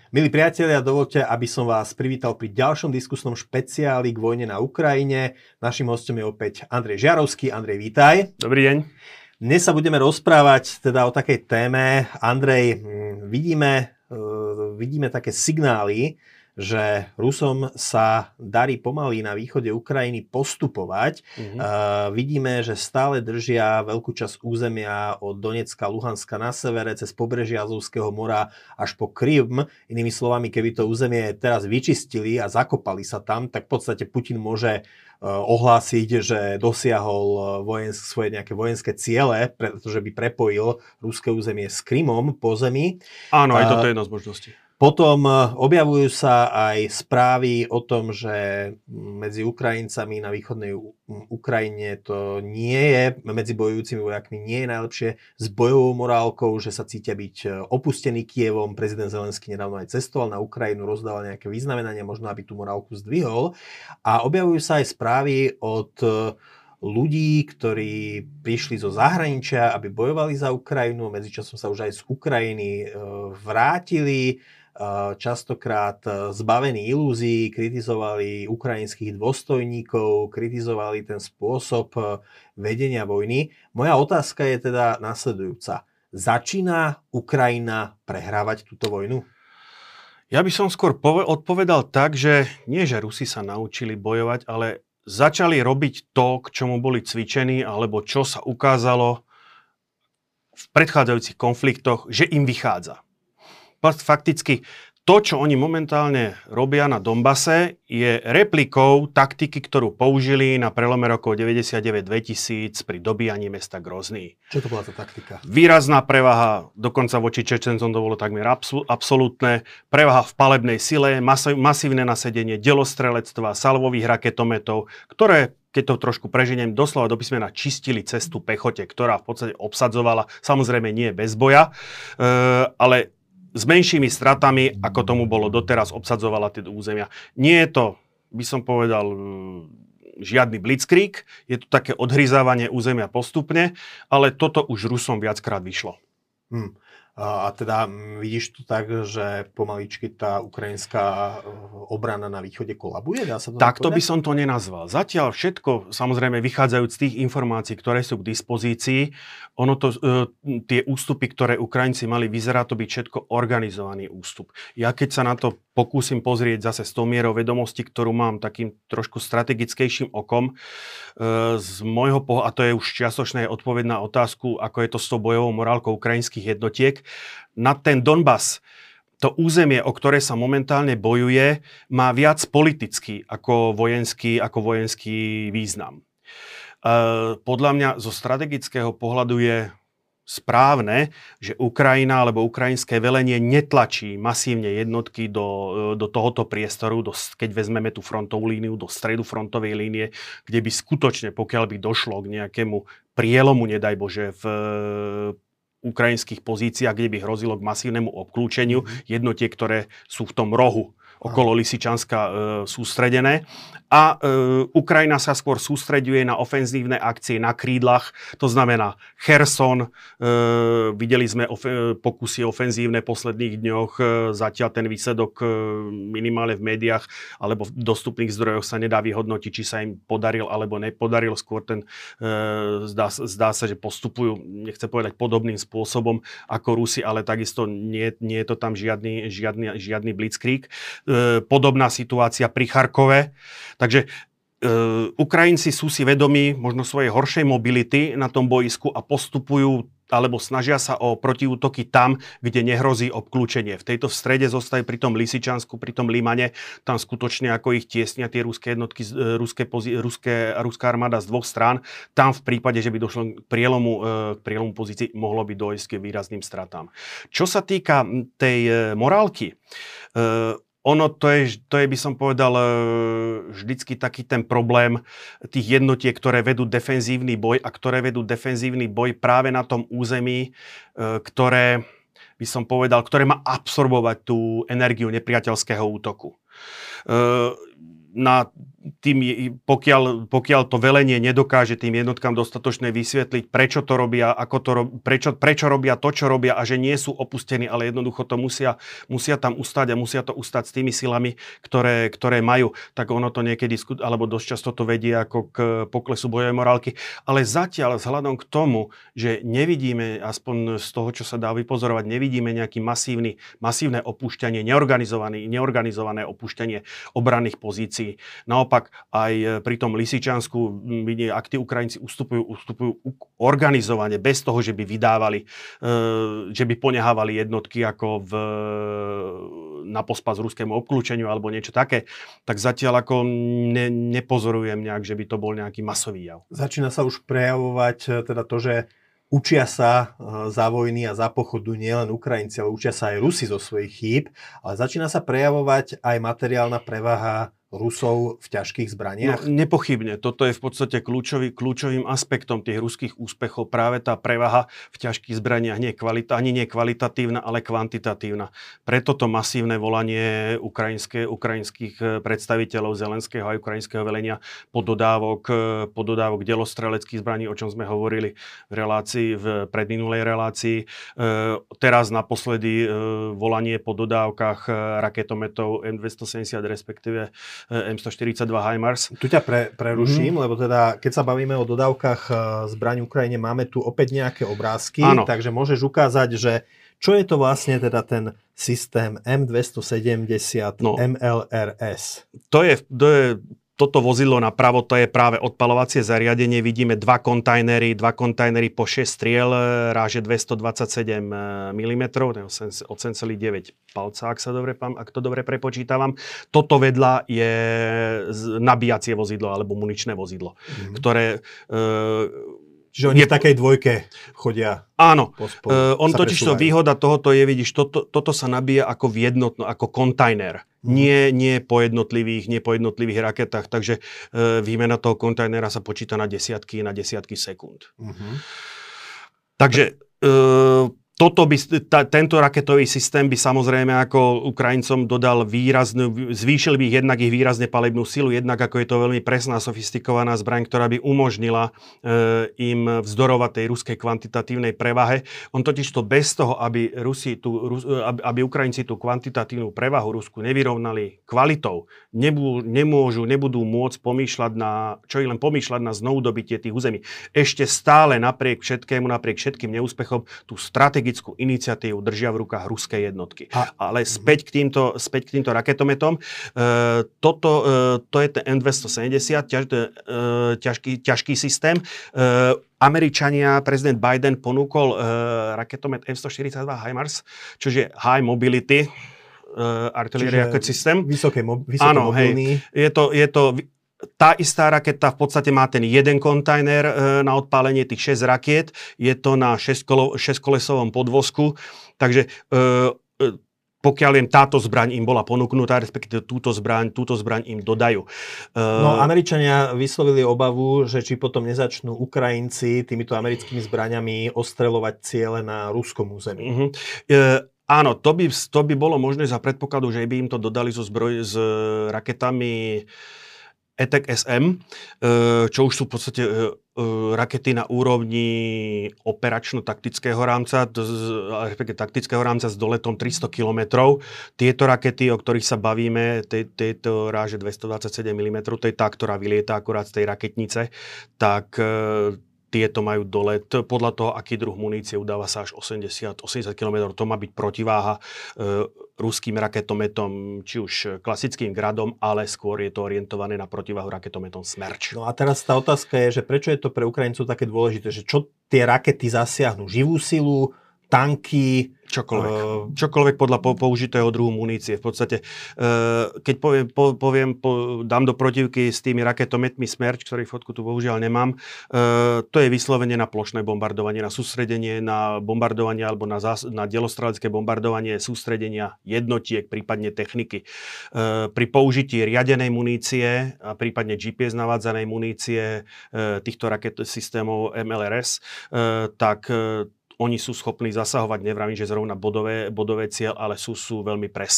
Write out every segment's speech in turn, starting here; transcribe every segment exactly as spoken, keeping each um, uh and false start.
Milí priatelia, dovoľte, aby som vás privítal pri ďalšom diskusnom špeciáli k vojne na Ukrajine. Naším hostom je opäť Andrej Žiarovský. Andrej, vítaj. Dobrý deň. Dnes sa budeme rozprávať teda o takej téme. Andrej, vidíme, vidíme také signály, že Rusom sa darí pomaly na východe Ukrajiny postupovať. Mm-hmm. Uh, vidíme, že stále držia veľkú časť územia od Donecka, Luhanska na severe, cez pobrežie Azovského mora až po Krym. Inými slovami, keby to územie teraz vyčistili a zakopali sa tam, tak v podstate Putin môže uh, ohlásiť, že dosiahol vojensk, svoje nejaké vojenské ciele, pretože by prepojil ruské územie s Krymom po zemi. Áno, aj toto je jedna z možností. Potom objavujú sa aj správy o tom, že medzi Ukrajincami na východnej Ukrajine to nie je, medzi bojujúcimi vojakmi nie je najlepšie s bojovou morálkou, že sa cítia byť opustení Kievom. Prezident Zelenský nedávno aj cestoval na Ukrajinu, rozdával nejaké vyznamenania, možno aby tú morálku zdvihol. A objavujú sa aj správy od ľudí, ktorí prišli zo zahraničia, aby bojovali za Ukrajinu, medzičasom sa už aj z Ukrajiny vrátili, častokrát zbavení ilúzií, kritizovali ukrajinských dôstojníkov, kritizovali ten spôsob vedenia vojny. Moja otázka je teda nasledujúca. Začína Ukrajina prehrávať túto vojnu? Ja by som skôr odpovedal tak, že nie, že Rusi sa naučili bojovať, ale začali robiť to, k čomu boli cvičení, alebo čo sa ukázalo v predchádzajúcich konfliktoch, že im vychádza. Fakticky to, čo oni momentálne robia na Donbase, je replikou taktiky, ktorú použili na prelome rokov deväťdesiatdeväť dvetisíc pri dobíjaní mesta Grozný. Čo to bola tá taktika? Výrazná prevaha, dokonca voči Čečencom to bolo takmer absolútne, prevaha v palebnej sile, masi- masívne nasedenie delostrelectva, salvových raketometov, ktoré, keď to trošku preženiem, doslova do písmena čistili cestu pechote, ktorá v podstate obsadzovala, samozrejme nie bez boja, e, ale s menšími stratami, ako tomu bolo doteraz, obsadzovala tie územia. Nie je to, by som povedal, žiadny blitzkrieg, je to také odhryzávanie územia postupne, ale toto už Rusom viackrát vyšlo. Hmm. A teda vidíš to tak, že pomaličky tá ukrajinská obrana na východe kolabuje? Dá sa to Takto by som to nenazval. Zatiaľ všetko, samozrejme vychádzajúc z tých informácií, ktoré sú k dispozícii, ono to, e, tie ústupy, ktoré Ukrajinci mali, vyzerá to byť všetko organizovaný ústup. Ja keď sa na to pokúsim pozrieť zase s tou mierou vedomosti, ktorú mám takým trošku strategickejším okom, e, z môjho pohľadu, a to je už čiastočná odpoveď na otázku, ako je to s tou bojovou morálkou ukrajinských jednotiek, na ten Donbas, to územie, o ktoré sa momentálne bojuje, má viac politický ako vojenský, ako vojenský význam. E, podľa mňa zo strategického pohľadu je správne, že Ukrajina alebo ukrajinské velenie netlačí masívne jednotky do, do tohoto priestoru, do, keď vezmeme tú frontovú líniu, do stredu frontovej línie, kde by skutočne, pokiaľ by došlo k nejakému prielomu, nedaj Bože, v ukrajinských pozíciách, kde by hrozilo k masívnemu obklúčeniu jednotiek, ktoré sú v tom rohu okolo Lysyčanska e, sústredené. A e, Ukrajina sa skôr sústreďuje na ofenzívne akcie na krídlach, to znamená Cherson, e, videli sme ofe- pokusy ofenzívne v posledných dňoch, e, zatiaľ ten výsledok e, minimálne v médiách alebo v dostupných zdrojoch sa nedá vyhodnotiť, či sa im podaril alebo nepodaril, skôr ten e, zdá, zdá sa, že postupujú, nechcem povedať podobným spôsobom ako Rusi, ale takisto nie, nie je to tam žiadny, žiadny, žiadny blitzkrieg. Podobná situácia pri Charkove. Takže e, Ukrajinci sú si vedomí možno svojej horšej mobility na tom boisku a postupujú alebo snažia sa o protiútoky tam, kde nehrozí obklúčenie. V tejto strede zostaje pri tom Lysyčansku, pri tom Limane, tam skutočne ako ich tiesnia tie ruské jednotky, ruské, ruské, ruská armáda z dvoch strán. Tam v prípade, že by došlo k prielomu, k prielomu pozícií, mohlo by dojsť k výrazným stratám. Čo sa týka tej morálky, ono to je, to je, by som povedal, vždycky taký ten problém tých jednotiek, ktoré vedú defenzívny boj a ktoré vedú defenzívny boj práve na tom území, ktoré, by som povedal, ktoré má absorbovať tú energiu nepriateľského útoku. Na tým, pokiaľ, pokiaľ to velenie nedokáže tým jednotkám dostatočne vysvetliť, prečo to robia, ako to rob, prečo, prečo robia to, čo robia a že nie sú opustení, ale jednoducho to musia, musia tam ustať a musia to ustať s tými silami, ktoré, ktoré majú, tak ono to niekedy, alebo dosť často to vedie ako k poklesu bojovej morálky. Ale zatiaľ, vzhľadom k tomu, že nevidíme, aspoň z toho, čo sa dá vypozorovať, nevidíme nejaký masívny, masívne opúšťanie, neorganizované, neorganizované opúšťanie obranných pozícií. Naopak aj pri tom Lisičansku, ak tí Ukrajinci ustupujú, ustupujú organizovane, bez toho, že by vydávali, že by ponehávali jednotky ako v, na pospas ruskému obklúčeniu alebo niečo také, tak zatiaľ ako ne, nepozorujem nejak, že by to bol nejaký masový jav. Začína sa už prejavovať teda to, že učia sa za vojny a za pochodu nielen Ukrajinci, ale učia sa aj Rusi zo svojich chýb, ale začína sa prejavovať aj materiálna prevaha Rusov v ťažkých zbraniach? No, nepochybne. Toto je v podstate kľúčový, kľúčovým aspektom tých ruských úspechov. Práve tá prevaha v ťažkých zbraniach nie je kvalita, ani nie je kvalitatívna, ale kvantitatívna. Preto to masívne volanie ukrajinské, ukrajinských predstaviteľov Zelenského a ukrajinského velenia pododávok, pododávok delostreleckých zbraní, o čom sme hovorili v relácii, v predminulej relácii. E, teraz naposledy e, volanie po dodávkach raketometov em dvestosedemdesiat, respektíve em stoštyridsaťdva HIMARS. Tu ťa pre, preruším, mm. lebo teda, keď sa bavíme o dodávkach zbraní Ukrajine, máme tu opäť nejaké obrázky, áno. Takže môžeš ukázať, že čo je to vlastne teda ten systém em dvestosedemdesiat no. em el er es? To je, to je toto vozidlo napravo, to je práve odpaľovacie zariadenie. Vidíme dva kontajnery, dva kontajnery po šesť striel, ráže dvestodvadsaťsedem milimetrov, osem celá deväť palca, ak, sa dobre, ak to dobre prepočítavam. Toto vedľa je nabíjacie vozidlo alebo muničné vozidlo, mm-hmm. ktoré... E, Čiže oni je, v takej dvojke chodia. Áno. Uh, on totiž to výhoda tohoto je, vidíš, toto, toto sa nabíja ako v jednotno, ako kontajner. Hmm. Nie, nie po jednotlivých, nie po jednotlivých raketách. Takže uh, výmena toho kontajnera sa počíta na desiatky, na desiatky sekúnd. Hmm. Takže uh, toto by, ta, tento raketový systém by samozrejme ako Ukrajincom dodal výraznú, zvýšil by ich jednak ich výrazne palebnú silu, jednak ako je to veľmi presná, sofistikovaná zbraň, ktorá by umožnila e, im vzdorovať tej ruskej kvantitatívnej prevahe. On totiž to bez toho, aby, Rusi tú, aby, aby Ukrajinci tú kvantitatívnu prevahu Rusku nevyrovnali kvalitou, nebú, nemôžu, nebudú môcť pomýšľať na, čo i len pomýšľať na znovu dobitie tých území. Ešte stále napriek všetkému, napriek všetkým neúspechom, tú stratégiu iniciatívu držia v rukách ruské jednotky. A, Ale späť k týmto, späť k týmto raketometom. E, toto, e, to je ten em dvestosedemdesiat, ťaž, e, ťažký, ťažký systém. E, Američania, prezident Biden ponúkol e, raketomet em stoštyridsaťdva HIMARS, čo je High Mobility e, Artillery Rocket System. Vysoké, vysoké Áno, mobilný. Hej, je to... Je to Tá istá raketa v podstate má ten jeden kontajner e, na odpálenie tých šesť rakiet. Je to na šesťkolesovom podvozku. Takže e, e, pokiaľ viem, táto zbraň im bola ponúknutá, respektíve túto zbraň, túto zbraň im dodajú. E, no, Američania vyslovili obavu, že či potom nezačnú Ukrajinci týmito americkými zbraňami ostreľovať ciele na ruskom území. Uh-huh. E, áno, to by, to by bolo možné za predpokladu, že by im to dodali so zbroj s raketami á té á cé es em, čo už sú v podstate rakety na úrovni operačno-taktického rámca, respektíve taktického rámca s doletom tristo kilometrov. Tieto rakety, o ktorých sa bavíme, tieto ráže dvestodvadsaťsedem milimetrov, to je tá, ktorá vylieta akurát z tej raketnice, tak tieto majú dolet. Podľa toho, aký druh munície, udáva sa až osemdesiat kilometrov. To má byť protiváha e, ruským raketometom, či už klasickým Gradom, ale skôr je to orientované na protiváhu raketometom Smerč. No a teraz tá otázka je, že prečo je to pre Ukrajincov také dôležité, že čo tie rakety zasiahnu? Živú silu, tanky, čokoľvek. Uh, čokoľvek podľa použitého druhu munície. V podstate, uh, keď poviem, po, poviem po, dám do protivky s tými raketometmi Smerč, ktorých fotku tu bohužiaľ nemám, uh, to je vyslovene na plošné bombardovanie, na sústredenie, na bombardovanie alebo na, zás, na delostrelecké bombardovanie sústredenia jednotiek, prípadne techniky. Uh, pri použití riadenej munície a prípadne gé pé es navádzanej munície uh, týchto raket systémov em el er es, uh, tak uh, oni sú schopní zasahovať, nevravím, že zrovna bodové, bodové cieľ, ale sú, sú veľmi presné.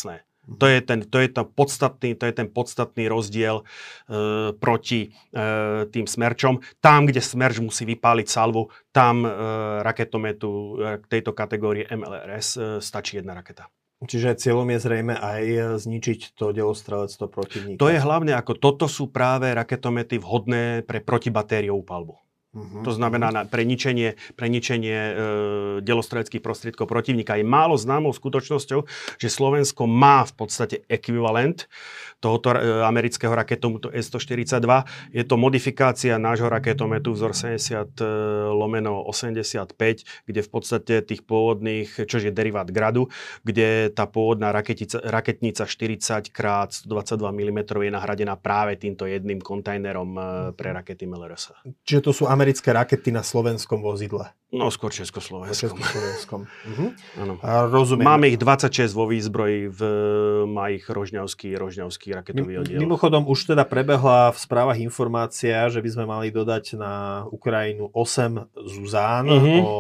To je ten, to je ten podstatný, to je ten podstatný rozdiel e, proti e, tým Smerčom. Tam, kde Smerč musí vypáliť salvu, tam e, raketometu e, tejto kategórie em el er es e, stačí jedna raketa. Čiže cieľom je zrejme aj zničiť to delostrelectvo protivníka. To je hlavne ako toto sú práve raketomety vhodné pre protibatériovú palbu. Uh-huh. To znamená na, pre ničenie, pre ničenie e, delostreleckých prostriedkov protivníka. Je málo známou skutočnosťou, že Slovensko má v podstate ekvivalent tohoto e, amerického raketometu es sto štyridsaťdva. Je to modifikácia nášho raketometu vzor sedemdesiat lomeno osemdesiatpäť, kde v podstate tých pôvodných, čož je derivát Gradu, kde tá pôvodná raketica, raketnica štyridsať krát stodvadsaťdva milimetrov je nahradená práve týmto jedným kontajnerom e, pre rakety em el er es. Čiže to sú americké rakety na slovenskom vozidle. No, skôr československom. Československom. Mhm. Áno. Rozumiem. Máme ich dvadsaťšesť vo výzbroji, v, má ich rožňavský, rožňavský raketový oddiel. Mimochodom, už teda prebehla v správach informácia, že by sme mali dodať na Ukrajinu osem Zuzán. Uh-huh. O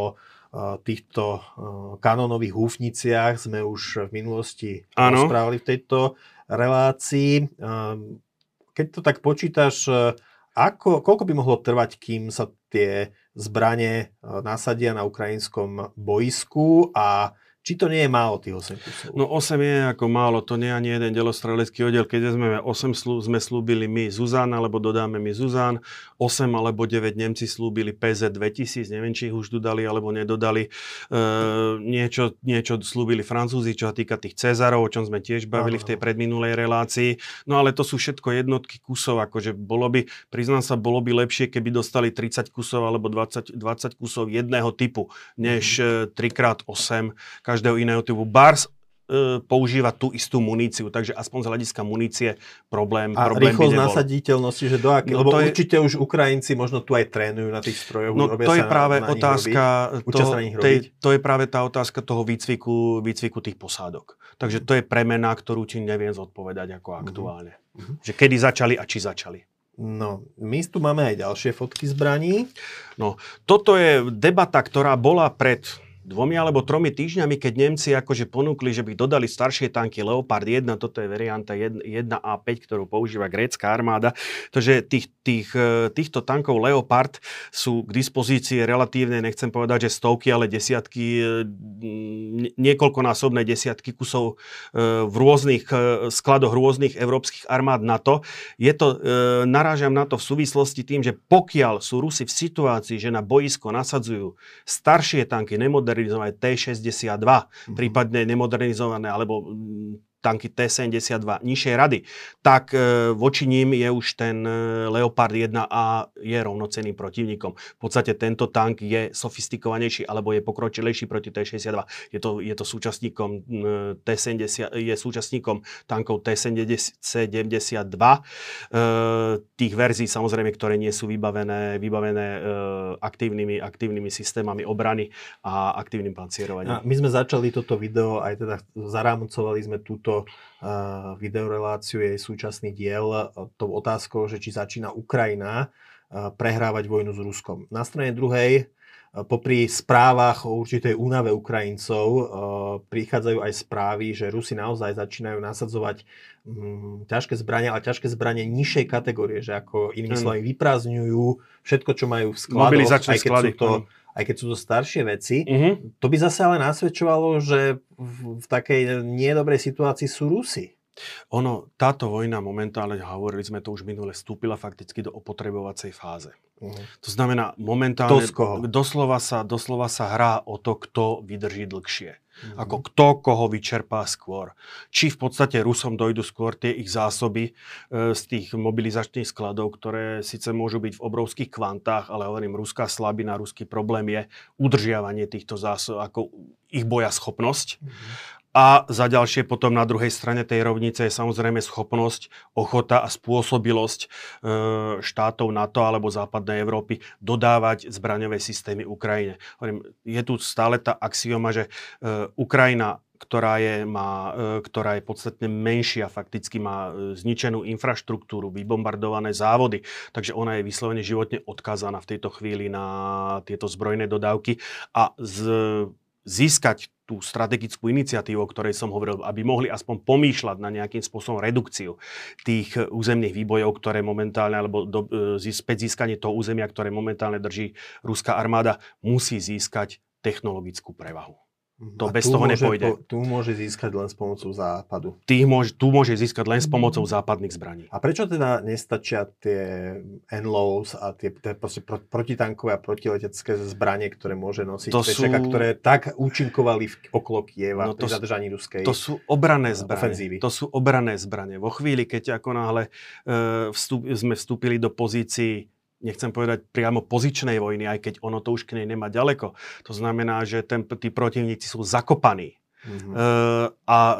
týchto kanónových húfniciach sme už v minulosti ano. rozprávali v tejto relácii. Keď to tak počítaš, Ako, koľko by mohlo trvať, kým sa tie zbrane nasadia na ukrajinskom boisku a či to nie je málo tých osem kusov? No osem je ako málo, to nie je ani jeden delostrelecký oddiel. Keď sme osem slú, sme slúbili my Zuzán, alebo dodáme my Zuzán, osem alebo deväť Nemci slúbili pé zet dvetisíc, neviem, či ich už dodali alebo nedodali. E, niečo, niečo slúbili Francúzi, čo sa týka tých Cezarov, o čom sme tiež bavili Aha. v tej predminulej relácii. No ale to sú všetko jednotky kusov, akože bolo by, priznám sa, bolo by lepšie, keby dostali tridsať kusov alebo dvadsať, dvadsať kusov jedného typu, než mm. tri krát osem každého iného typu. Bars e, používa tú istú muníciu, takže aspoň z hľadiska munície problém, a problém rýchlosť nasaditeľnosti, že do aký, no lebo je, určite už Ukrajinci možno tu aj trénujú na tých strojoch. No to je práve na, na otázka, to, tej, to je práve tá otázka toho výcviku, výcviku tých posádok. Takže to je premena, ktorú ti neviem zodpovedať ako aktuálne. Mm-hmm. Že kedy začali a či začali. No, my tu máme aj ďalšie fotky zbraní. No, toto je debata, ktorá bola pred dvomi alebo tromi týždňami, keď Nemci akože ponúkli, že by dodali staršie tanky Leopard jeden, toto je varianta jeden á päť, ktorú používa grécka armáda. Takže tých, tých, týchto tankov Leopard sú k dispozícii relatívne, nechcem povedať, že stovky, ale desiatky, niekoľkonásobné desiatky kusov v rôznych skladoch rôznych európskych armád NATO. Je to, narážam na to v súvislosti tým, že pokiaľ sú Rusi v situácii, že na boisko nasadzujú staršie tanky, nemodernizované té šesťdesiatdva, mm-hmm. prípadne nemodernizované alebo tanky té sedemdesiatdva nižšej rady, tak e, voči ním je už ten Leopard jeden á je rovnocenným protivníkom. V podstate tento tank je sofistikovanejší alebo je pokročilejší proti té šesťdesiatdva. Je to, je to súčasníkom té sedemdesiat, je súčasníkom tankov té sedemdesiatdva. E, tých verzií samozrejme, ktoré nie sú vybavené, vybavené e, aktívnymi, aktívnymi systémami obrany a aktívnym pancierovaním. A my sme začali toto video, aj teda zarámcovali sme túto videoreláciu, jej súčasný diel tou otázkou, že či začína Ukrajina prehrávať vojnu s Ruskom. Na strane druhej, popri správach o určitej únave Ukrajincov, prichádzajú aj správy, že Rusi naozaj začínajú nasadzovať ťažké zbranie, ale ťažké zbranie nižšej kategórie, že ako inými mm. slovami vyprázdňujú všetko, čo majú v skladoch, aj keď sklady, sú to aj keď sú to staršie veci, uh-huh. to by zase ale nasvedčovalo, že v, v takej nedobrej situácii sú Rusi. Ono, táto vojna momentálne, hovorili sme to už minule, vstúpila fakticky do opotrebovacej fáze. Uh-huh. To znamená, momentálne doslova sa, doslova sa hrá o to, kto vydrží dlhšie. Mm-hmm. Ako kto koho vyčerpá skôr. Či v podstate Rusom dojdu skôr tie ich zásoby e, z tých mobilizačných skladov, ktoré síce môžu byť v obrovských kvantách, ale hovorím, ruská slabina, ruský problém je udržiavanie týchto zásob, ako ich bojaschopnosť. Mm-hmm. A za ďalšie potom na druhej strane tej rovnice je samozrejme schopnosť, ochota a spôsobilosť e, štátov NATO alebo západnej Európy dodávať zbraňové systémy Ukrajine. Hovorím, je tu stále tá axioma, že e, Ukrajina, ktorá je, má, e, ktorá je podstatne menšia, fakticky má e, zničenú infraštruktúru, vybombardované závody, takže ona je vyslovene životne odkázaná v tejto chvíli na tieto zbrojné dodávky a z získať tú strategickú iniciatívu, o ktorej som hovoril, aby mohli aspoň pomýšľať na nejakým spôsobom redukciu tých územných výbojov, ktoré momentálne, alebo do, späť získanie toho územia, ktoré momentálne drží ruská armáda, musí získať technologickú prevahu. To a bez toho môže, nepôjde. Po, tu môže získať len s pomocou západu. Tých môže, tu môže získať len s pomocou západných zbraní. A prečo teda nestačia tie en ló s a tie, tie pro, protitankové a protiletecké zbranie, ktoré môže nosiť Pešeka, sú... ktoré tak účinkovali v, okolo Kieva no pri zadržaní ruskej To sú obranné zbranie. Ofenzívy. To sú obranné zbranie. Vo chvíli, keď ako náhle e, vstup, sme vstúpili do pozícií, nechcem povedať priamo pozičnej vojny, aj keď ono to už k nej nemá ďaleko. To znamená, že ten, tí protivníci sú zakopaní. Mm-hmm. E, a e,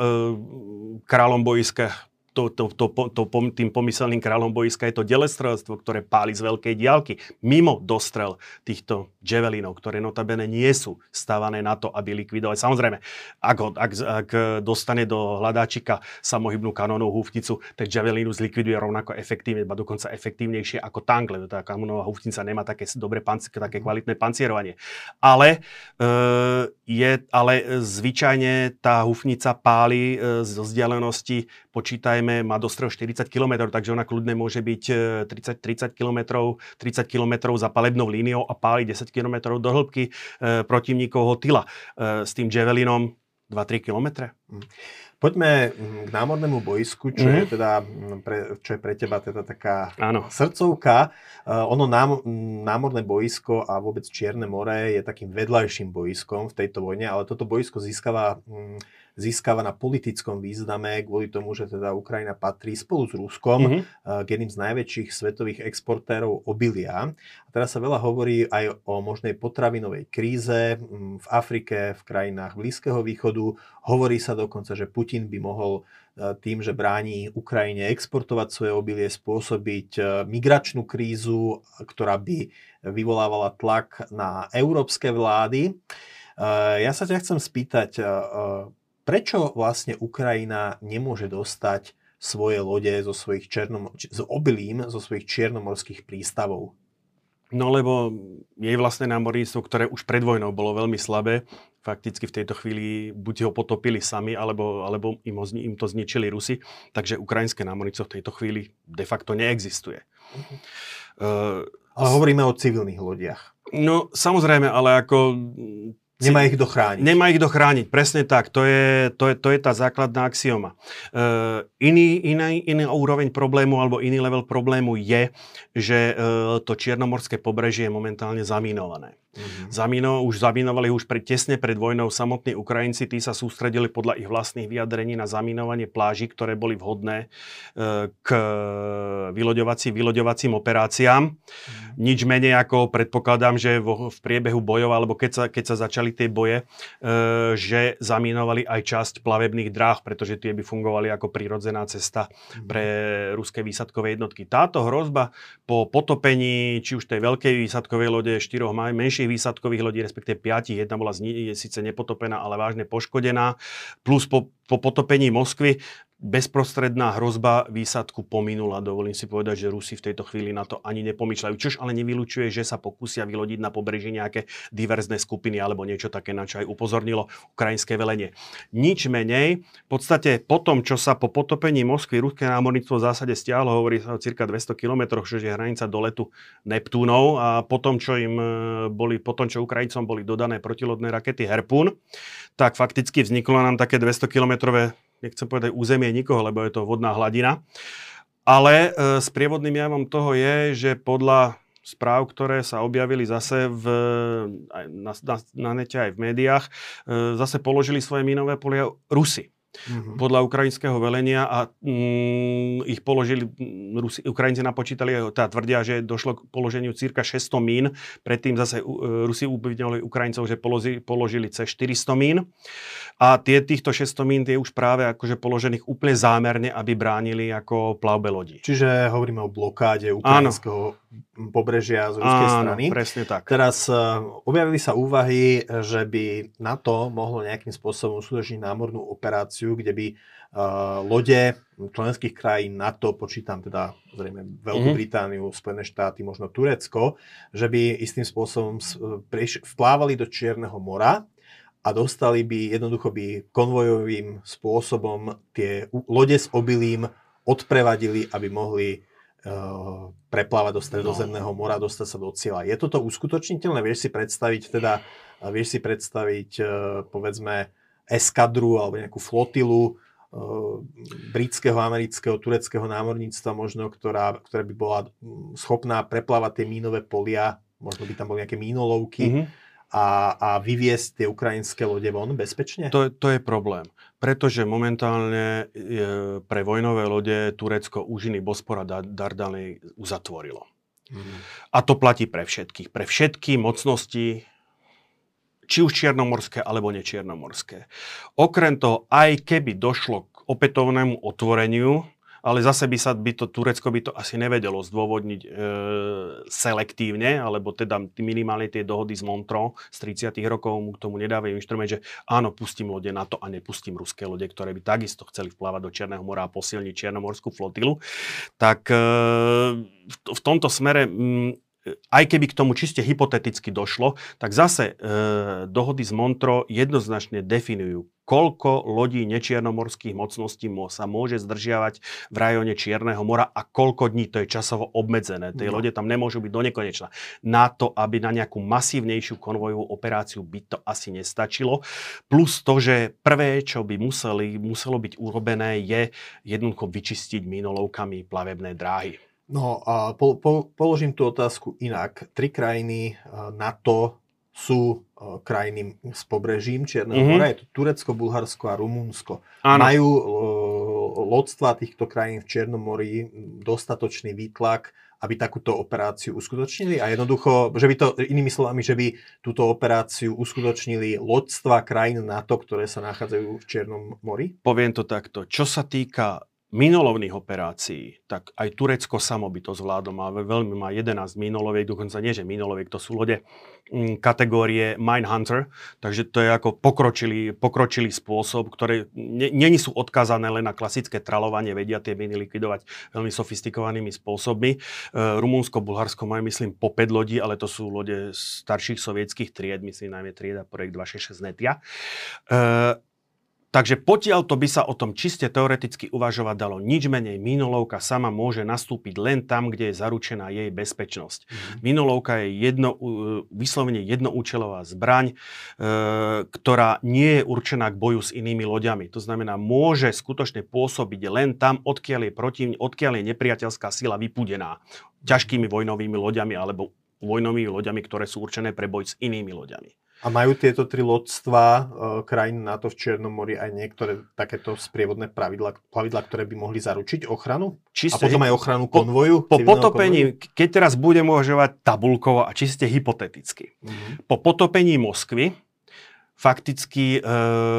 kráľom bojiska, to, to, to, to, to, tým pomyselným kráľom bojiska je to delestrelstvo, ktoré páli z veľkej diaľky, mimo dostrel týchto javelinov, ktoré notabene nie sú stavané na to, aby likvidovali. Samozrejme, ak, ho, ak, ak dostane do hľadáčika samohybnú kanónovú húfnicu, tak javelinu zlikviduje rovnako efektívne, ba dokonca efektívnejšie ako tank, lebo tá kanónová húfnica nemá také dobré, také kvalitné pancierovanie. Ale, e, je, ale zvyčajne tá húfnica páli e, zo vzdialenosti, počítajme, má dostrel štyridsať kilometrov, takže ona kľudne môže byť tridsať tridsať kilometrov, tridsať kilometrov za palebnou líniou a páli desať kilometrov do hĺbky e, protivníkovho tyla. E, s tým javelinom dva tri kilometre. Poďme k námornému bojsku, čo, mm. je, teda pre, čo je pre teba teda taká Áno. srdcovka. Uh, ono nám, námorné boisko a vôbec Čierne more je takým vedľajším boiskom v tejto vojne, ale toto boisko získava, um, získava na politickom význame kvôli tomu, že teda Ukrajina patrí spolu s Ruskom mm-hmm. uh, k jedným z najväčších svetových exportérov obilia. A teraz sa veľa hovorí aj o možnej potravinovej kríze um, v Afrike, v krajinách Blízkeho východu. Hovorí sa dokonca, že Putin by mohol tým, že bráni Ukrajine exportovať svoje obilie, spôsobiť migračnú krízu, ktorá by vyvolávala tlak na európske vlády. Ja sa ťa chcem spýtať, prečo vlastne Ukrajina nemôže dostať svoje lode zo svojich černom, z obilím zo svojich čiernomorských prístavov? No lebo jej vlastné námorníctvo, ktoré už pred vojnou bolo veľmi slabé, fakticky v tejto chvíli buď ho potopili sami, alebo, alebo im, ho, im to zničili Rusi, takže ukrajinské námorníctvo v tejto chvíli de facto neexistuje. Uh-huh. Uh, ale hovoríme o civilných lodiach. No samozrejme, ale ako... Nemá ich dochrániť. Nemá ich dochrániť, presne tak. To je, to je, to je tá základná axioma. Uh, iný, iný, iný úroveň problému alebo iný level problému je, že uh, to čiernomorské pobrežie je momentálne zaminované. Mm-hmm. Zamino, už zaminovali už pred, tesne pred vojnou samotní Ukrajinci, tí sa sústredili podľa ich vlastných vyjadrení na zaminovanie pláží, ktoré boli vhodné uh, k vyloďovací, vyloďovacím operáciám. Mm-hmm. Nič menej ako predpokladám, že vo, v priebehu bojov, alebo keď sa, keď sa začali tie boje, uh, že zaminovali aj časť plavebných dráh, pretože tie by fungovali ako prirodzená cesta mm-hmm. pre ruské výsadkové jednotky. Táto hrozba po potopení, či už tej veľkej výsadkovej lode, štyroch menších výsadkových lodí, respektíve piatich, jedna bola zni- je síce nepotopená, ale vážne poškodená, plus po, po potopení Moskvy bezprostredná hrozba výsadku pominula. Dovolím si povedať, že Rusi v tejto chvíli na to ani nepomýšľajú. Čož ale nevylučuje, že sa pokúsia vylodiť na pobreží nejaké diverzné skupiny alebo niečo také, na čo aj upozornilo ukrajinské velenie. Nič menej, v podstate po tom, čo sa po potopení Moskvy ruské námorníctvo v zásade stiahlo, hovorí sa o cirka dvesto kilometroch, čo je hranica do letu Neptúnov, a potom, čo im boli, potom, čo Ukrajincom boli dodané protilodné rakety Harpoon, tak fakticky vzniklo nám také dvestokilometrové, nechcem povedať územie nikoho, lebo je to vodná hladina. Ale e, sprievodným javom toho je, že podľa správ, ktoré sa objavili zase v, aj na, na, na nete aj v médiách, e, zase položili svoje mínové polia Rusi. Mm-hmm. Podľa ukrajinského velenia a mm, ich položili, Rusi, Ukrajinci napočítali, teda tvrdia, že došlo k položeniu cirka šesťsto mín, predtým zase uh, Rusi uvideli Ukrajincov, že položi, položili cez štyristo mín, a tie, týchto šesťsto mín tie už práve akože položených úplne zámerne, aby bránili ako plavbe lodí. Čiže hovoríme o blokáde ukrajinského Áno. pobrežia z ruskej Áno, strany. Presne tak. Teraz uh, objavili sa úvahy, že by NATO mohlo nejakým spôsobom uskutočniť námornú operáciu, kde by uh, lode členských krajín NATO, počítam teda zrejme Veľkú mm-hmm. Britániu, Spojené štáty, možno Turecko, že by istým spôsobom priš- vplávali do Čierneho mora a dostali by jednoducho by konvojovým spôsobom tie lode s obilím odprevadili, aby mohli uh, preplávať do Stredozemného mora, dostať sa do cieľa. Je toto uskutočniteľné? Vieš si predstaviť teda, vieš si predstaviť uh, povedzme eskadru alebo nejakú flotilu britského, amerického, tureckého námorníctva možno, ktorá, ktorá by bola schopná preplávať tie mínové polia, možno by tam boli nejaké mínolovky mm-hmm. a, a vyviesť tie ukrajinské lode von bezpečne? To, to je problém, pretože momentálne je, pre vojnové lode Turecko úžiny Bospora a Dardanej uzatvorilo. Mm-hmm. A to platí pre všetkých. Pre všetky mocnosti, či už čiernomorské, alebo nečiernomorské. Okrem toho, aj keby došlo k opätovnému otvoreniu, ale zase by sa by to Turecko by to asi nevedelo zdôvodniť e, selektívne, alebo teda minimálne tie dohody z Montreux z tridsiatych rokov mu k tomu nedávajú inštrument, že áno, pustím lode NATO a nepustím ruské lode, ktoré by takisto chceli vplávať do Čierneho mora a posilniť čiernomorskú flotilu. Tak e, v, v tomto smere... M, aj keby k tomu čiste hypoteticky došlo, tak zase e, dohody z Montreux jednoznačne definujú, koľko lodí nečiernomorských mocností sa môže zdržiavať v rajóne Čierneho mora a koľko dní, to je časovo obmedzené. Tie no. lode tam nemôžu byť donekonečna. Na to, aby na nejakú masívnejšiu konvojovú operáciu by to asi nestačilo. Plus to, že prvé, čo by museli, muselo byť urobené, je jednoducho vyčistiť mínolovkami plavebné dráhy. No a po, po, položím tú otázku inak. Tri krajiny NATO sú krajiny s pobrežím Čierneho mm-hmm. mora. Je to Turecko, Bulharsko a Rumunsko. Áno. Majú lodstva týchto krajín v Čiernom mori dostatočný výtlak, aby takúto operáciu uskutočnili? A jednoducho, že by to, inými slovami, že by túto operáciu uskutočnili lodstva krajín NATO, ktoré sa nachádzajú v Čiernom mori? Poviem to takto. Čo sa týka minolovných operácií, tak aj Turecko samo by to zvládlo. Má veľmi má jedenásť minoloviek, dokonca nie, že minoloviek, to sú lode m, kategórie Mine Hunter, takže to je ako pokročilý, pokročilý spôsob, ktoré nie, nie sú odkázané len na klasické tralovanie, vedia tie miny likvidovať veľmi sofistikovanými spôsobmi. E, Rumunsko, Bulharsko majú, myslím, po päť lodí, ale to sú lode starších sovietských tried, myslím, najmä trieda projekt dvestošesťdesiatšesť Netia. E, Takže potiaľ to by sa o tom čiste teoreticky uvažovať dalo. Nič menej, minolovka sama môže nastúpiť len tam, kde je zaručená jej bezpečnosť. Mm. Minolovka je jedno, vyslovene jednoúčelová zbraň, e, ktorá nie je určená k boju s inými loďami. To znamená, môže skutočne pôsobiť len tam, odkiaľ je, protiv, odkiaľ je nepriateľská sila vypudená ťažkými vojnovými loďami alebo vojnovými loďami, ktoré sú určené pre boj s inými loďami. A majú tieto tri lodstva e, krajín NATO v Čiernom mori aj niektoré takéto sprievodné pravidlá, pravidlá, ktoré by mohli zaručiť ochranu? Čiste, a potom aj ochranu konvoju? Po, po potopení, konvoju? Keď teraz budem uvažovať tabulkovo a čiste hypoteticky, mm-hmm. po potopení Moskvy fakticky e,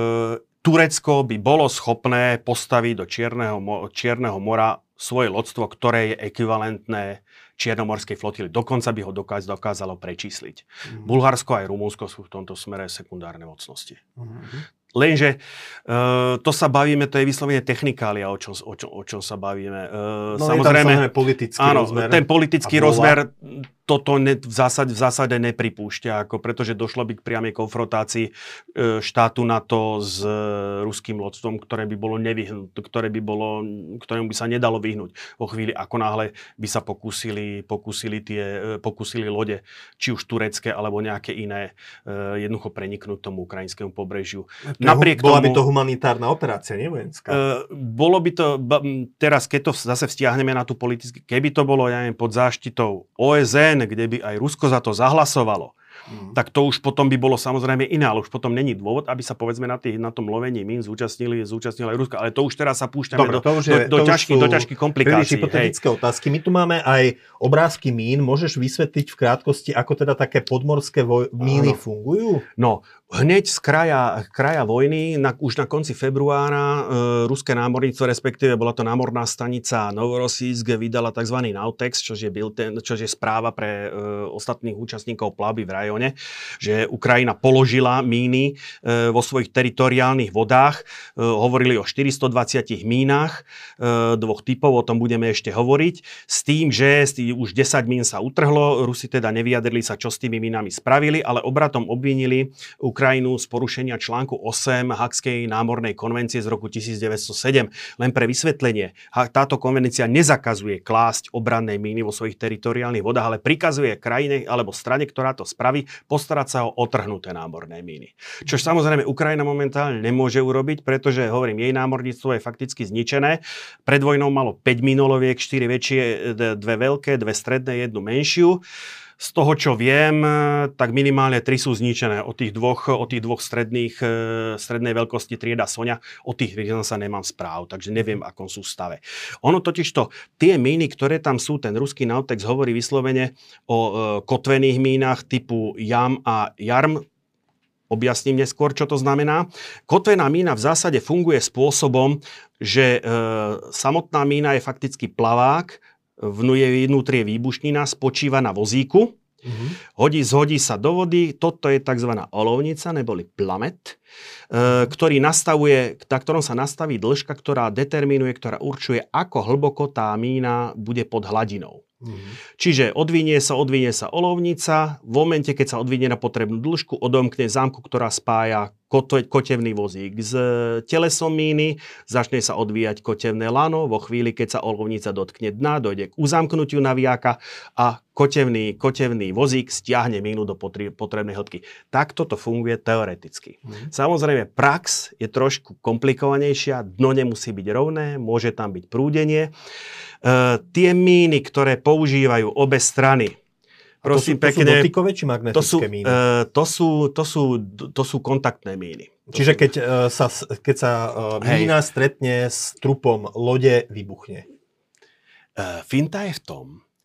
Turecko by bolo schopné postaviť do Čierneho, Čierneho mora svoje lodstvo, ktoré je ekvivalentné čiernomorskej flotily. Dokonca by ho dokáz, dokázalo prečísliť. Mm. Bulharsko aj Rumunsko sú v tomto smere sekundárne mocnosti. Mm. Lenže uh, to sa bavíme, to je vyslovene technikália, o čom, o čom, o čom sa bavíme. Uh, no samozrejme, je tam samozrejme politický áno, rozmer. Ten politický rozmer toto ne, v, zásade, v zásade nepripúšťa, ako pretože došlo by k priamej konfrontácii uh, štátu NATO s uh, ruským lodstvom, ktoré by bolo nevyhnúť, ktoré by bolo, ktorému by sa nedalo vyhnúť vo chvíli, ako náhle by sa pokúsili, pokúsili tie, uh, pokúsili lode, či už turecké, alebo nejaké iné, uh, jednoducho preniknúť tomu ukrajinskému pobrežiu. Napriek bola tomu, by to humanitárna operácia, nie vojenská? Uh, bolo by to, teraz keď to zase vzťahneme na tú politickú, keby to bolo, ja neviem, pod záštitou ó es en, kde by aj Rusko za to zahlasovalo, mm. tak to už potom by bolo samozrejme iné, ale už potom není dôvod, aby sa povedzme na, tých, na tom lovení mín zúčastnili, zúčastnili aj Rusko. Ale to už teraz sa púšťame Dobre, do, je, do, do, ťažkých, do ťažkých komplikácií. Hypotetické otázky. My tu máme aj obrázky mín. Môžeš vysvetliť v krátkosti, ako teda také podmorské voj- míny no. fungujú? No, hneď z kraja, kraja vojny, na, už na konci februára, e, ruské námorníctvo, respektíve bola to námorná stanica Novorosísk, vydala tzv. Nautex, čo je, ten, čo je správa pre e, ostatných účastníkov plavby v rajone, že Ukrajina položila míny e, vo svojich teritoriálnych vodách. E, hovorili o štyristodvadsať mínach, e, dvoch typov, o tom budeme ešte hovoriť, s tým, že s tým, už desať mín sa utrhlo, Rusi teda nevyjadrili sa, čo s tými mínami spravili, ale obratom obvinili Ukrajinu Ukrajinu z porušenia článku osem Haagskej námornej konvencie z roku devätnásťstosedem. Len pre vysvetlenie, táto konvencia nezakazuje klásť obranné míny vo svojich teritoriálnych vodách, ale prikazuje krajine alebo strane, ktorá to spraví, postarať sa o otrhnuté námorné míny. Čo samozrejme Ukrajina momentálne nemôže urobiť, pretože, hovorím, jej námorníctvo je fakticky zničené. Pred vojnou malo päť minoloviek, štyri väčšie, dve veľké, dve stredné, jednu menšiu. Z toho, čo viem, tak minimálne tri sú zničené. Od tých dvoch, od tých dvoch stredných, strednej veľkosti trieda Soňa, od tých sa nemám správ, takže neviem, akom sú stave. Ono totižto, tie míny, ktoré tam sú, ten ruský Nautex hovorí vyslovene o e, kotvených mínach typu Jam a Jarm. Objasním neskôr, čo to znamená. Kotvená mína v zásade funguje spôsobom, že e, samotná mína je fakticky plavák, vnútri je výbušnina, spočíva na vozíku, mm-hmm. hodí, zhodí sa do vody, toto je tzv. Olovnica, neboli plamet, e, ktorý nastavuje, na ktorom sa nastaví dĺžka, ktorá determinuje, ktorá určuje, ako hlboko tá mína bude pod hladinou. Mm-hmm. Čiže odvinie sa, odvinie sa olovnica, v momente, keď sa odvinie na potrebnú dĺžku, odomkne zámku, ktorá spája kote, kotevný vozík s telesom míny, začne sa odvíjať kotevné lano, vo chvíli, keď sa olovnica dotkne dna, dojde k uzamknutiu navijáka a kotevný, kotevný vozík stiahne mínu do potrebnej hĺbky. Takto to funguje teoreticky. Mm-hmm. Samozrejme, prax je trošku komplikovanejšia, dno nemusí byť rovné, môže tam byť prúdenie. Uh, tie míny, ktoré používajú obe strany, prosím to sú, pekne, to sú dotykové či magnetické to sú, míny? Uh, to, sú, to, sú, to sú kontaktné míny. Čiže keď uh, sa, keď sa uh, mína stretne s trupom lode, vybuchne. Uh, finta je v tom,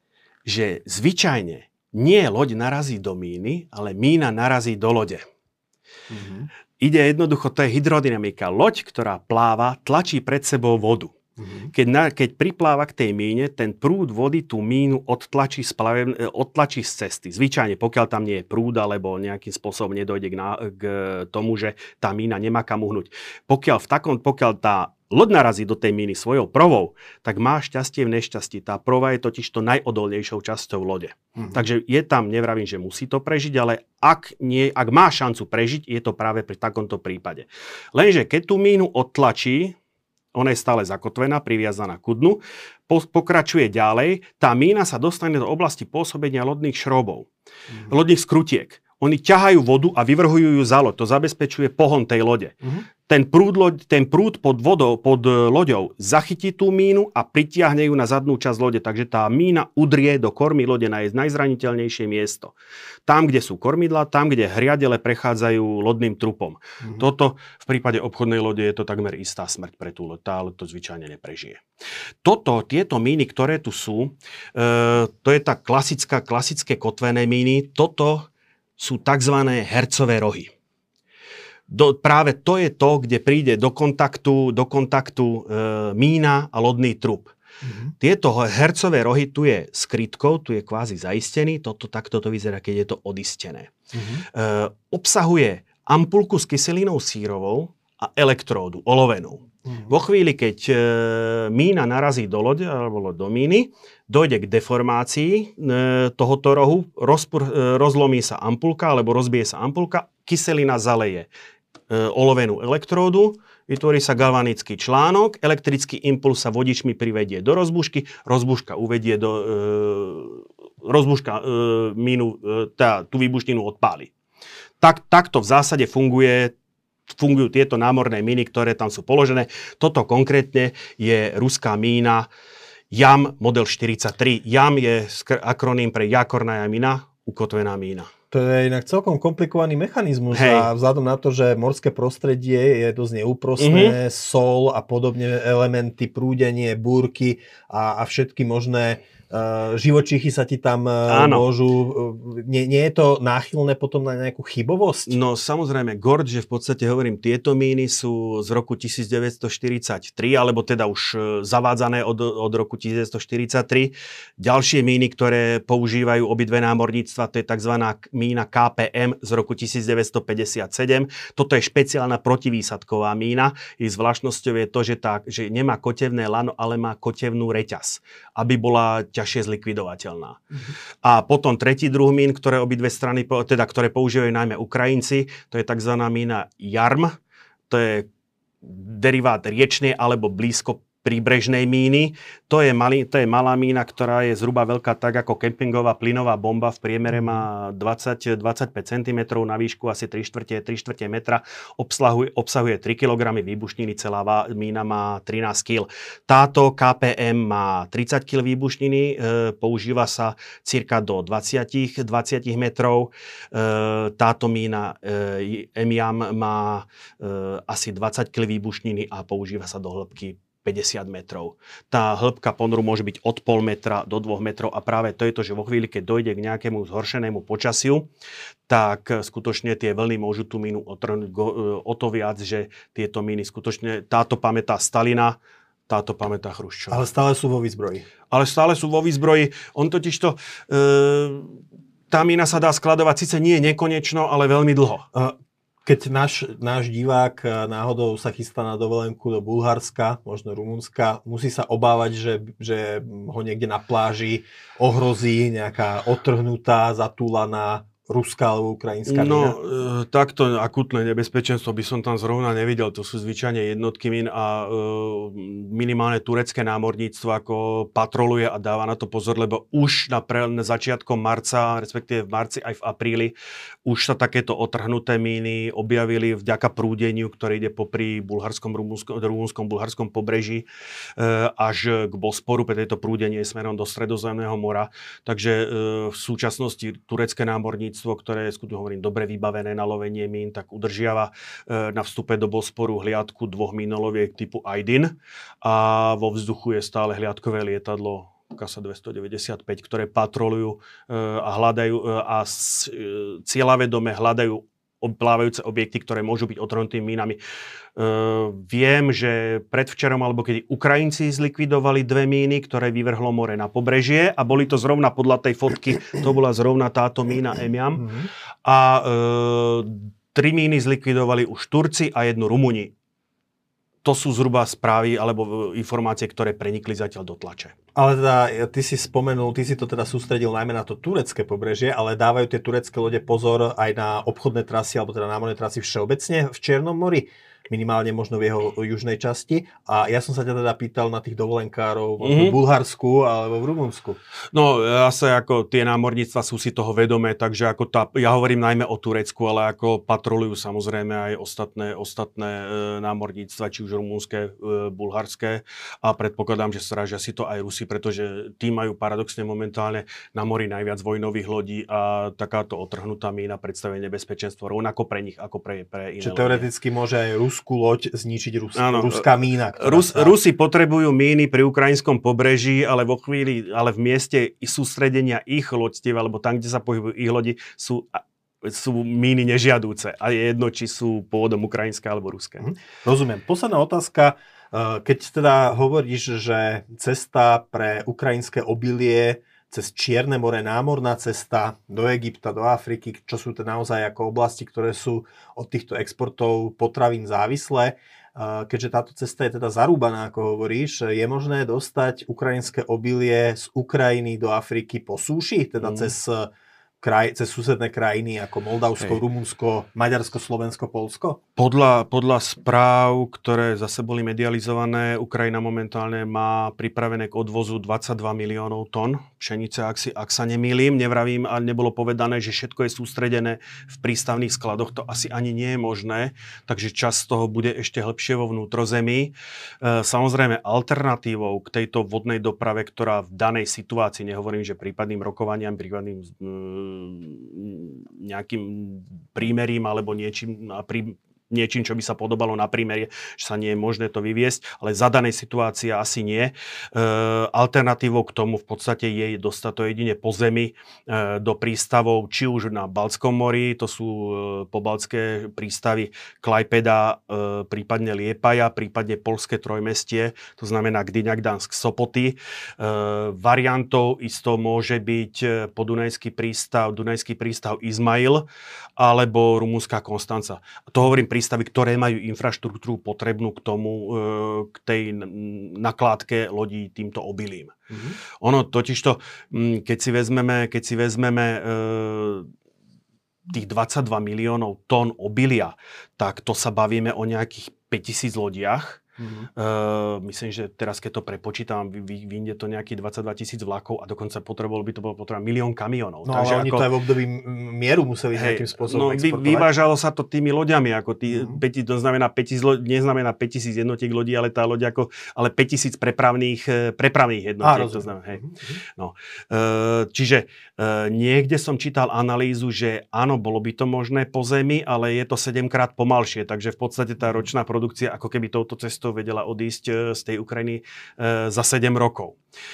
že zvyčajne nie loď narazí do míny, ale mína narazí do lode. Mm-hmm. Ide jednoducho, to je hydrodynamika. Loď, ktorá pláva, tlačí pred sebou vodu. Mm-hmm. Keď, na, keď pripláva k tej míne, ten prúd vody tú mínu odtlačí z, plave, odtlačí z cesty. Zvyčajne, pokiaľ tam nie je prúd, alebo nejakým spôsobom nedojde k, na, k tomu, že tá mína nemá kam uhnúť. Pokiaľ, v takom, pokiaľ tá loď narazí do tej míny svojou provou, tak má šťastie v nešťastí. Tá prova je totiž to najodolnejšou časťou lode. Mm-hmm. Takže je tam, nevravím, že musí to prežiť, ale ak, nie, ak má šancu prežiť, je to práve pri takomto prípade. Lenže keď tú mínu odtlačí, ona je stále zakotvená, priviazaná ku dnu, po, pokračuje ďalej, tá mína sa dostane do oblasti pôsobenia lodných šrobov, mm-hmm. lodných skrutiek. Oni ťahajú vodu a vyvrhujú ju za loď. To zabezpečuje pohon tej lode. Mm-hmm. Ten prúd, loď, ten prúd pod vodou, pod loďou zachytí tú mínu a pritiahne ju na zadnú časť lode. Takže tá mína udrie do kormy lode na jej najzraniteľnejšie miesto. Tam, kde sú kormidlá, tam, kde hriadele prechádzajú lodným trupom. Mm-hmm. Toto v prípade obchodnej lode je to takmer istá smrť pre tú loď. Tá loď to zvyčajne neprežije. Toto, tieto míny, ktoré tu sú, e, to je tá klasická, klasické kotvené míny. Toto sú tzv. Hercové rohy. Do, práve to je to, kde príde do kontaktu, do kontaktu e, mína a lodný trup. Mm-hmm. Tieto hercové rohy, tu je skrytkou, tu je kvázi zaistený, toto takto to vyzerá, keď je to odistené. Mm-hmm. E, obsahuje ampulku s kyselinou sírovou a elektródu, olovenú. Mm-hmm. Vo chvíli, keď e, mína narazí do lode alebo do míny, dojde k deformácii e, tohoto rohu, rozpr, e, rozlomí sa ampulka alebo rozbije sa ampulka, kyselina zaleje e, olovenú elektródu, vytvorí sa galvanický článok, elektrický impuls sa vodičmi privedie do rozbušky, rozbuška uvedie do... E, rozbuška e, mínu, e, tá, tú výbušninu odpáli. Tak, takto v zásade funguje fungujú tieto námorné míny, ktoré tam sú položené. Toto konkrétne je ruská mína Jam model štyridsaťtri. Jam je akroným pre Jákorná mina, ukotvená mína. To je inak celkom komplikovaný mechanizmus. Hej. A vzhľadom na to, že morské prostredie je dosť neúprosné, mm-hmm. sol a podobne elementy, prúdenie, búrky a, a všetky možné Uh, živočíchy sa ti tam uh, môžu... Uh, nie, nie je to náchylné potom na nejakú chybovosť? No samozrejme, Gord, že v podstate hovorím, tieto míny sú z roku devätnásťstoštyridsaťtri, alebo teda už uh, zavádzané od, od roku devätnásťstoštyridsaťtri. Ďalšie míny, ktoré používajú obidve námorníctva, to je tzv. Mína ká pé em z roku devätnásťstopäťdesiatsedem. Toto je špeciálna protivýsadková mína. Jej zvláštnosťou je to, že, tá, že nemá kotevné lano, ale má kotevnú reťaz. Aby bola ťažšie zlikvidovateľná. Mm-hmm. A potom tretí druh mín, ktoré obidve strany, teda ktoré používajú najmä Ukrajinci, to je tzv. Mína jarm, to je derivát riečnej alebo blízko príbrežnej míny. To je, malý, to je malá mína, ktorá je zhruba veľká tak ako kempingová plynová bomba. V priemere má dvadsať až dvadsaťpäť centimetrov, na výšku asi tri štvrte metra. Obsahuje, obsahuje tri kilogramy výbušniny, celá mína má trinásť kilogramov. Táto ká pé em má tridsať kilogramov výbušniny, e, používa sa cirka do dvadsať, dvadsať metrov. E, táto mína e, EMIAM má e, asi dvadsať kilogramov výbušniny a používa sa do hĺbky päťdesiat metrov. Tá hĺbka ponoru môže byť od pol metra do dvoch metrov a práve to je to, že vo chvíli, keď dojde k nejakému zhoršenému počasiu, tak skutočne tie vlny môžu tú mínu otrhnúť o to viac, že tieto míny skutočne, táto pamätá Stalina, táto pamätá Chruščova. Ale stále sú vo výzbroji. Ale stále sú vo výzbroji. On totiž to... E, tá mína sa dá skladovať síce nie nekonečno, ale veľmi dlho. Uh, Keď náš, náš divák náhodou sa chystá na dovolenku do Bulharska, možno Rumunska, musí sa obávať, že, že ho niekde na pláži ohrozí nejaká otrhnutá, zatúlaná ruská alebo ukrajinská mína? No, e, takto akútne nebezpečenstvo by som tam zrovna nevidel. To sú zvyčajne jednotky mín a e, minimálne turecké námorníctvo ako patroluje a dáva na to pozor, lebo už na, pre, na začiatkom marca, respektíve v marci aj v apríli, už sa takéto otrhnuté míny objavili vďaka prúdeniu, ktoré ide popri bulharskom, rumunskom, rumunskom, bulharskom pobreží e, až k Bosporu, pre tejto prúdenie smerom do Stredozemného mora. Takže e, v súčasnosti turecké námorníctvo, ktoré je, skutočne hovorím, dobre vybavené na lovenie mín, tak udržiava e, na vstupe do Bosporu hliadku dvoch mínoloviek typu Aydin a vo vzduchu je stále hliadkové lietadlo ká es dvestodeväťdesiatpäť, ktoré patrolujú e, a hľadajú e, a s, e, cieľavedome hľadajú plávajúce objekty, ktoré môžu byť otrhnutými mínami. E, viem, že predvčerom alebo kedy Ukrajinci zlikvidovali dve míny, ktoré vyvrhlo more na pobrežie a boli to zrovna podľa tej fotky, to bola zrovna táto mína EMIAM. Mm-hmm. A e, tri míny zlikvidovali už Turci a jednu Rumuni. To sú zhruba správy alebo informácie, ktoré prenikli zatiaľ do tlače. Ale teda, ty si spomenul, ty si to teda sústredil najmä na to turecké pobrežie, ale dávajú tie turecké lode pozor aj na obchodné trasy, alebo teda námorné trasy všeobecne v Čiernom mori? Minimálne možno v jeho južnej časti. A ja som sa ťa teda pýtal na tých dovolenkárov mm-hmm. v Bulharsku alebo v Rumunsku. No, zase ako tie námorníctva sú si toho vedomé, takže ako tá, ja hovorím najmä o Turecku, ale ako patrolujú samozrejme aj ostatné, ostatné e, námorníctva, či už rumunské, e, bulharské. A predpokladám, že strážia si to aj Rusi, pretože tí majú paradoxne momentálne na mori najviac vojnových lodí a takáto otrhnutá mína predstavuje nebezpečenstvo rovnako pre nich, ako pre, pre iné. Čiže teoreticky môže aj Rus ruskú loď zničiť Rus- ruská mína. Rus- sa... Rusi potrebujú míny pri ukrajinskom pobreží, ale vo chvíli, ale v mieste sústredenia ich loďstiev, alebo tam, kde sa pohybujú ich lodi, sú, sú míny nežiadúce. A je jedno, či sú pôvodom ukrajinské alebo ruské. Mhm. Rozumiem. Posledná otázka. Keď teda hovoríš, že cesta pre ukrajinské obilie cez Čierne more, námorná cesta do Egypta, do Afriky, čo sú to naozaj ako oblasti, ktoré sú od týchto exportov potravín závislé. Keďže táto cesta je teda zarúbaná, ako hovoríš, je možné dostať ukrajinské obilie z Ukrajiny do Afriky po súši, teda mm. cez, kraj, cez susedné krajiny ako Moldavsko, Hej. Rumunsko, Maďarsko, Slovensko, Poľsko? Podľa, podľa správ, ktoré zase boli medializované, Ukrajina momentálne má pripravené k odvozu dvadsaťdva miliónov tón pšenice, ak, si, ak sa nemýlim. Nevravím, a nebolo povedané, že všetko je sústredené v prístavných skladoch. To asi ani nie je možné, takže časť z toho bude ešte hlbšie vo vnútrozemí. E, samozrejme, alternatívou k tejto vodnej doprave, ktorá v danej situácii, nehovorím, že prípadným rokovaniam, prípadným nejakým prímerím alebo niečím a prí, niečím, čo by sa podobalo na prímerie, že sa nie je možné to vyviesť, ale za danej situácie asi nie. E, alternatívou k tomu v podstate je dostať to jedine po zemi e, do prístavov, či už na Baltskom mori, to sú e, pobaltské prístavy Klajpeda, e, prípadne Liepaja, prípadne Poľské trojmestie, to znamená Gdyňa, Gdansk, Sopoty. E, variantou isto môže byť podunajský prístav, Dunajský prístav Izmail alebo rumunská Konstanca. To hovorím prístavy, ktoré majú infraštruktúru potrebnú k tomu, k tej nakládke lodí týmto obilím. Mm-hmm. Ono totižto, keď si vezmeme, keď si vezmeme tých dvadsaťdva miliónov tón obilia, tak to sa bavíme o nejakých päťtisíc lodiach. Mm-hmm. Uh, myslím, že teraz, keď to prepočítam, vyjde to nejakých dvadsaťdva tisíc vlakov a dokonca potrebovalo by to bolo potrebovať milión kamionov. No takže ale oni ako, to aj v období mieru museli hej, nejakým spôsobom no, exportovať. Vyvážalo sa to tými loďami, ako tí, mm-hmm. päť, to znamená päťtisíc, neznamená päťtisíc jednotiek lodí, ale tá loď ako, ale päťtisíc prepravných, prepravných jednotiek. To znamená, hej. Mm-hmm. No. Uh, čiže uh, niekde som čítal analýzu, že áno, bolo by to možné po zemi, ale je to sedemkrát pomalšie, takže v podstate tá ročná produkcia ako keby touto cestou vedela odísť z tej Ukrajiny e, za sedem rokov.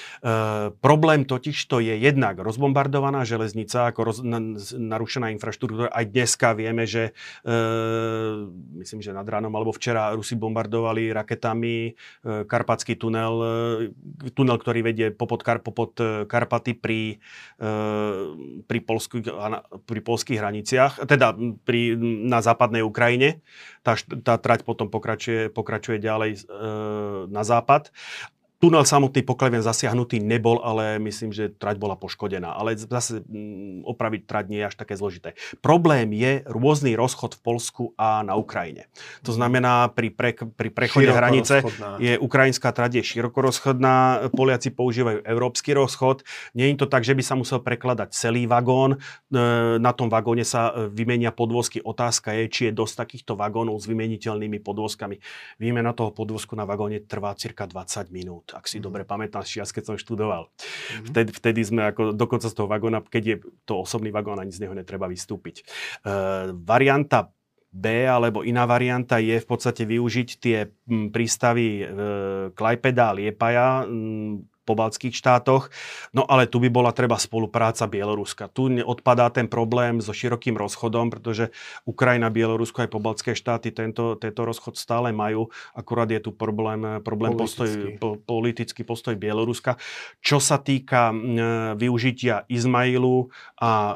E, problém totiž to je jednak rozbombardovaná železnica, ako roz, na, narušená infraštruktúra. Aj dneska vieme, že e, myslím, že nad ránom alebo včera Rusi bombardovali raketami e, Karpatský tunel, e, tunel, ktorý vedie popod, Kar, popod Karpaty pri, e, pri, polský, pri polských hraniciach, teda pri, na západnej Ukrajine. Tá, tá trať potom pokračuje, pokračuje ďalej e, na západ. Tunel samotný, pokiaľ viem, zasiahnutý nebol, ale myslím, že trať bola poškodená. Ale zase m, opraviť trať nie je až také zložité. Problém je rôzny rozchod v Poľsku a na Ukrajine. To znamená, pri, pre, pri prechode široko hranice rozchodná. Je ukrajinská trať je širokorozchodná, Poliaci používajú európsky rozchod. Nie je to tak, že by sa musel prekladať celý vagón. Na tom vagóne sa vymenia podvozky. Otázka je, či je dosť takýchto vagónov s vymeniteľnými podvozkami. Výmena toho podvozku na vagóne trvá cirka dvadsať minút. Ak si mm. dobre pamätám, čas, keď som študoval. Mm. Vtedy, vtedy sme ako dokonca z toho vagóna, keď je to osobný vagón, ani z neho netreba vystúpiť. Uh, varianta B, alebo iná varianta je v podstate využiť tie m, prístavy uh, Klajpeda a Liepaja, m, pobaltských štátoch. No ale tu by bola treba spolupráca Bieloruska. Tu odpadá ten problém so širokým rozchodom, pretože Ukrajina, Bielorusko aj pobaltské štáty tento, tento rozchod stále majú. Akurát je tu problém, problém politický. Postoj, po, politický postoj Bieloruska. Čo sa týka e, využitia Izmailu a e,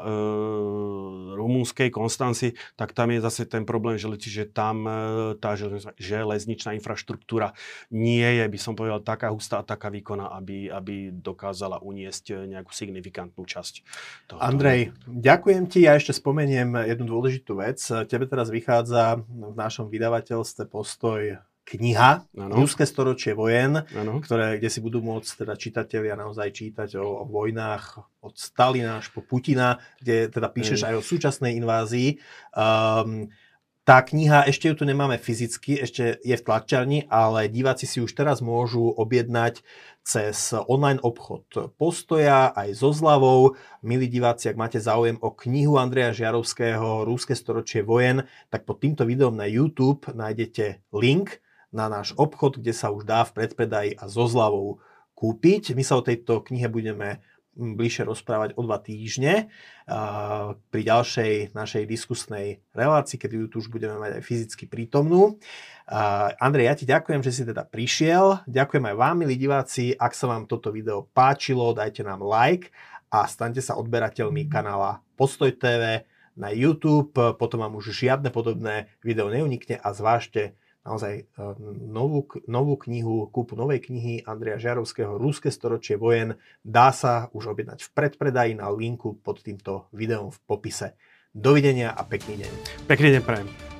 rumunskej Konstanci, tak tam je zase ten problém, že, že tam e, tá železničná infraštruktúra nie je, by som povedal, taká hustá a taká výkonná, aby aby dokázala uniesť nejakú signifikantnú časť toho. Andrej, ďakujem ti. Ja ešte spomeniem jednu dôležitú vec. Tebe teraz vychádza v našom vydavateľstve Postoj kniha, ano. Ruské storočie vojen, ktoré, kde si budú môcť teda čitatelia naozaj čítať o, o vojnách od Stalina až po Putina, kde teda píšeš aj, aj o súčasnej invázii. Um, Tá kniha, ešte ju tu nemáme fyzicky, ešte je v tlačarni, ale diváci si už teraz môžu objednať cez online obchod Postoja aj so zľavou. Milí diváci, ak máte záujem o knihu Andreja Žiarovského Ruské storočie vojen, tak pod týmto videom na YouTube nájdete link na náš obchod, kde sa už dá v predpredaji a so zľavou kúpiť. My sa o tejto knihe budeme bližšie rozprávať o dva týždne uh, pri ďalšej našej diskusnej relácii, keď ju tu už budeme mať aj fyzicky prítomnú. Uh, Andrej, ja ti ďakujem, že si teda prišiel. Ďakujem aj vám, milí diváci. Ak sa vám toto video páčilo, dajte nám like a staňte sa odberateľmi kanála Postoj té vé na YouTube. Potom vám už žiadne podobné video neunikne a zvážte naozaj novú, novú knihu, kúpu novej knihy Andreja Žiarovského Ruské storočie vojen. Dá sa už objednať v predpredaji na linku pod týmto videom v popise. Dovidenia a pekný deň. Pekný deň prajem.